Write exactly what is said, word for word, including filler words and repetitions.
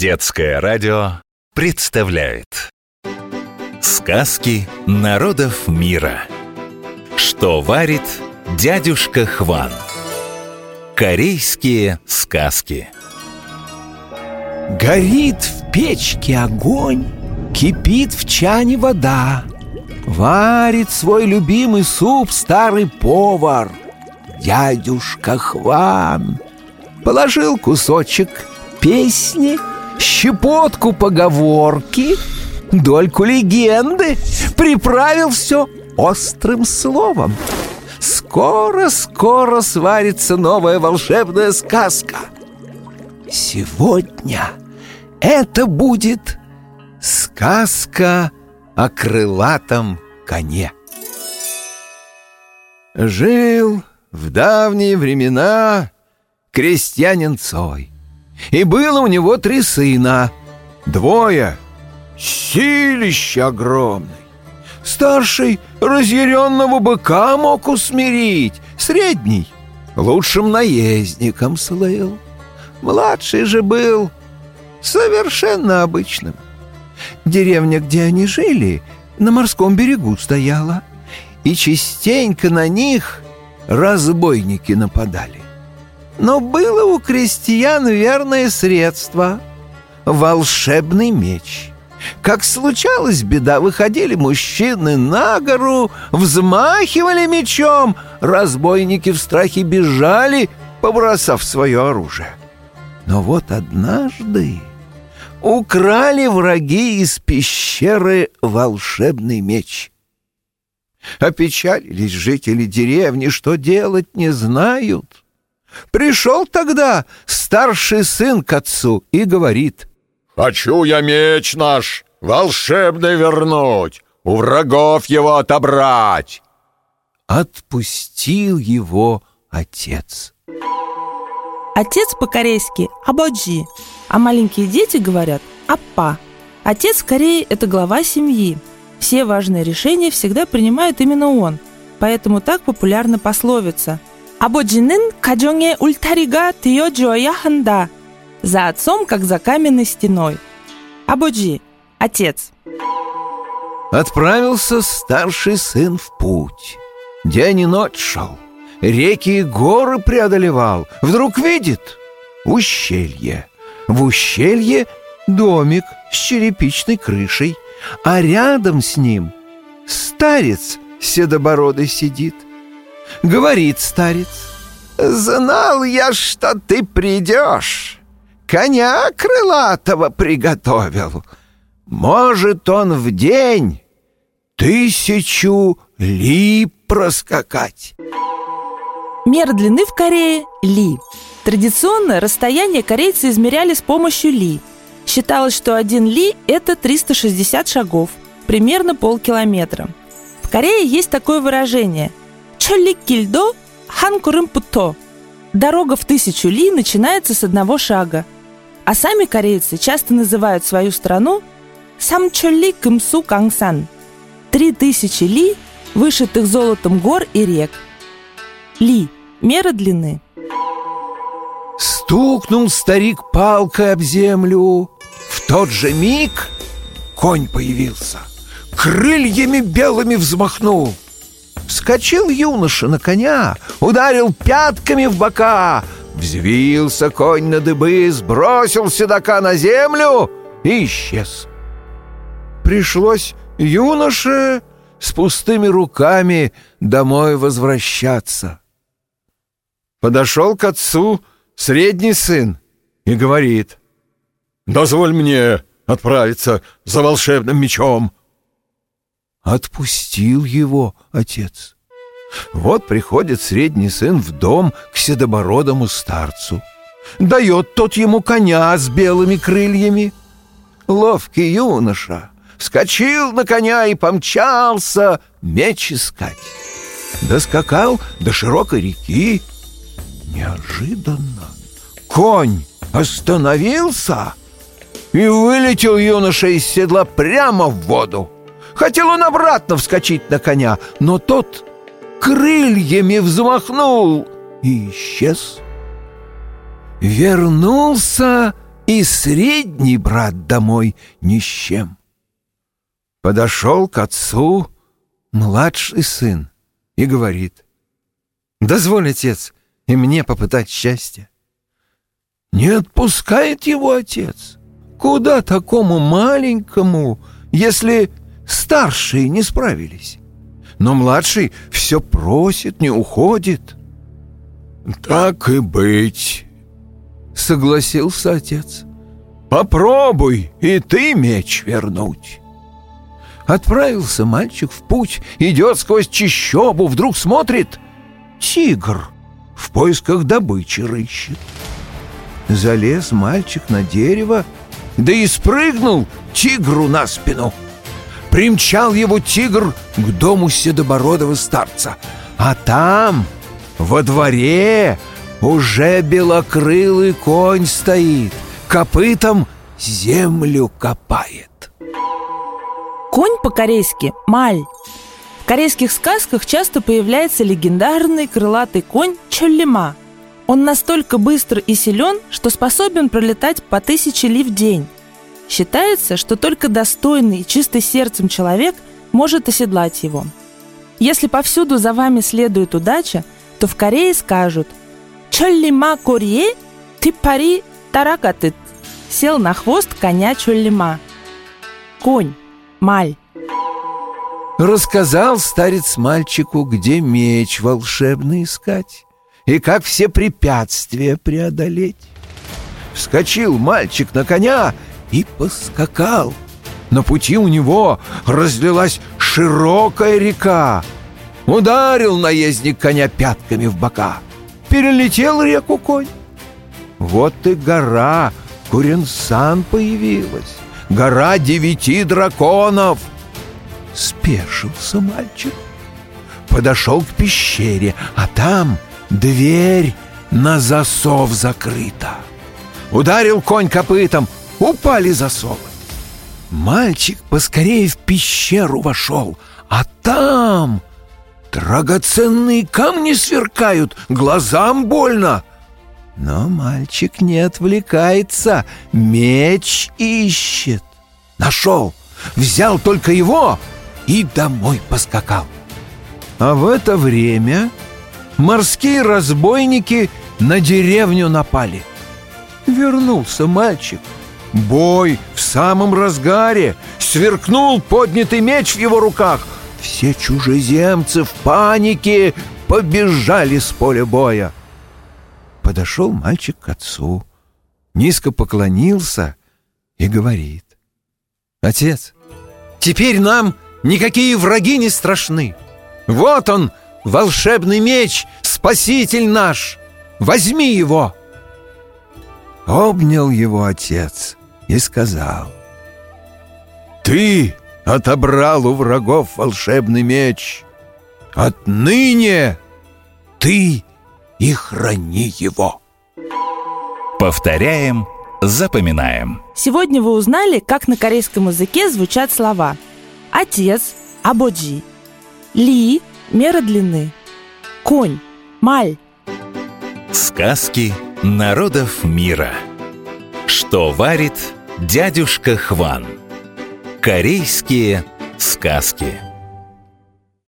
Детское радио представляет сказки народов мира. Что варит дядюшка Хван? Корейские сказки. Горит в печке огонь, кипит в чане вода. Варит свой любимый суп старый повар, дядюшка Хван. Положил кусочек песни, щепотку поговорки, дольку легенды, приправил все острым словом. Скоро-скоро сварится новая волшебная сказка. Сегодня это будет сказка о крылатом коне. Жил в давние времена крестьянин Цой, и было у него три сына. Двое — силище огромный. Старший разъяренного быка мог усмирить, средний лучшим наездником слыл. Младший же был совершенно обычным. Деревня, где они жили, на морском берегу стояла, и частенько на них разбойники нападали. Но было у крестьян верное средство — волшебный меч. Как случалась беда, выходили мужчины на гору, взмахивали мечом, разбойники в страхе бежали, побросав свое оружие. Но вот однажды украли враги из пещеры волшебный меч. Опечалились жители деревни, что делать не знают. Пришел тогда старший сын к отцу и говорит: «Хочу я меч наш волшебный вернуть, у врагов его отобрать». Отпустил его отец. Отец по-корейски «абоджи», а маленькие дети говорят «аппа». Отец в Корее – это глава семьи. Все важные решения всегда принимает именно он, поэтому так популярна пословица «абоджи는 가정의 울타리가 되어줘야 한다». За отцом, как за каменной стеной. Абоджи – отец. Отправился старший сын в путь. День и ночь шел, реки и горы преодолевал. Вдруг видит ущелье. В ущелье домик с черепичной крышей, а рядом с ним старец седобородый сидит. Говорит старец: «Знал я, что ты придешь. Коня крылатого приготовил. Может он в день тысячу ли проскакать». Мера длины в Корее – ли. Традиционно расстояние корейцы измеряли с помощью ли. Считалось, что один ли – это триста шестьдесят шагов, примерно полкилометра. В Корее есть такое выражение «чолли кильдо хан курымпуто». Дорога в тысячу ли начинается с одного шага. А сами корейцы часто называют свою страну «самчолли кымсу кангсан» – три тысячи ли, вышитых золотом гор и рек. Ли – мера длины. Стукнул старик палкой об землю. В тот же миг конь появился, крыльями белыми взмахнул. Вскочил юноша на коня, ударил пятками в бока. Взвился конь на дыбы, сбросил седока на землю и исчез. Пришлось юноше с пустыми руками домой возвращаться. Подошел к отцу средний сын и говорит: «Дозволь мне отправиться за волшебным мечом». Отпустил его отец. Вот приходит средний сын в дом к седобородому старцу. Дает тот ему коня с белыми крыльями. Ловкий юноша вскочил на коня и помчался меч искать. Доскакал до широкой реки. Неожиданно конь остановился, и вылетел юноша из седла прямо в воду. Хотел он обратно вскочить на коня, но тот крыльями взмахнул и исчез. Вернулся и средний брат домой ни с чем. Подошел к отцу младший сын и говорит: «Дозволь, отец, и мне попытать счастья». Не отпускает его отец. Куда такому маленькому, если старшие не справились? Но младший все просит, не уходит. «Так и быть», — согласился отец. «Попробуй и ты меч вернуть». Отправился мальчик в путь, идет сквозь чащобу, вдруг смотрит — тигр в поисках добычи рыщет. Залез мальчик на дерево, да и спрыгнул тигру на спину. Примчал его тигр к дому седобородого старца, а там, во дворе, уже белокрылый конь стоит, копытом землю копает. Конь по-корейски «маль». В корейских сказках часто появляется легендарный крылатый конь Чоллима. Он настолько быстр и силен, что способен пролетать по тысяче ли в день. Считается, что только достойный и чистый сердцем человек может оседлать его. Если повсюду за вами следует удача, то в Корее скажут «Чоллима корье, ты пари таракатыт». Сел на хвост коня Чоллима. Конь, маль. Рассказал старец мальчику, где меч волшебный искать и как все препятствия преодолеть. Вскочил мальчик на коня и поскакал. На пути у него разлилась широкая река. Ударил наездник коня пятками в бока. Перелетел реку конь. Вот и гора Куренсан появилась, гора девяти драконов. Спешился мальчик, подошел к пещере, а там дверь на засов закрыта. Ударил конь копытом, упали засовы. Мальчик поскорее в пещеру вошел, а там драгоценные камни сверкают, глазам больно. Но мальчик не отвлекается, меч ищет. Нашел, взял только его и домой поскакал. А в это время морские разбойники на деревню напали. Вернулся мальчик. Бой в самом разгаре. Сверкнул поднятый меч в его руках. Все чужеземцы в панике побежали с поля боя. Подошел мальчик к отцу, низко поклонился и говорит: «Отец, теперь нам никакие враги не страшны. Вот он, волшебный меч, спаситель наш. Возьми его». Обнял его отец и сказал: «Ты отобрал у врагов волшебный меч. Отныне ты и храни его». Повторяем, запоминаем. Сегодня вы узнали, как на корейском языке звучат слова: отец – абоджи, ли – мера длины, конь – маль. Сказки народов мира. Что варит дядюшка Хван? Корейские сказки.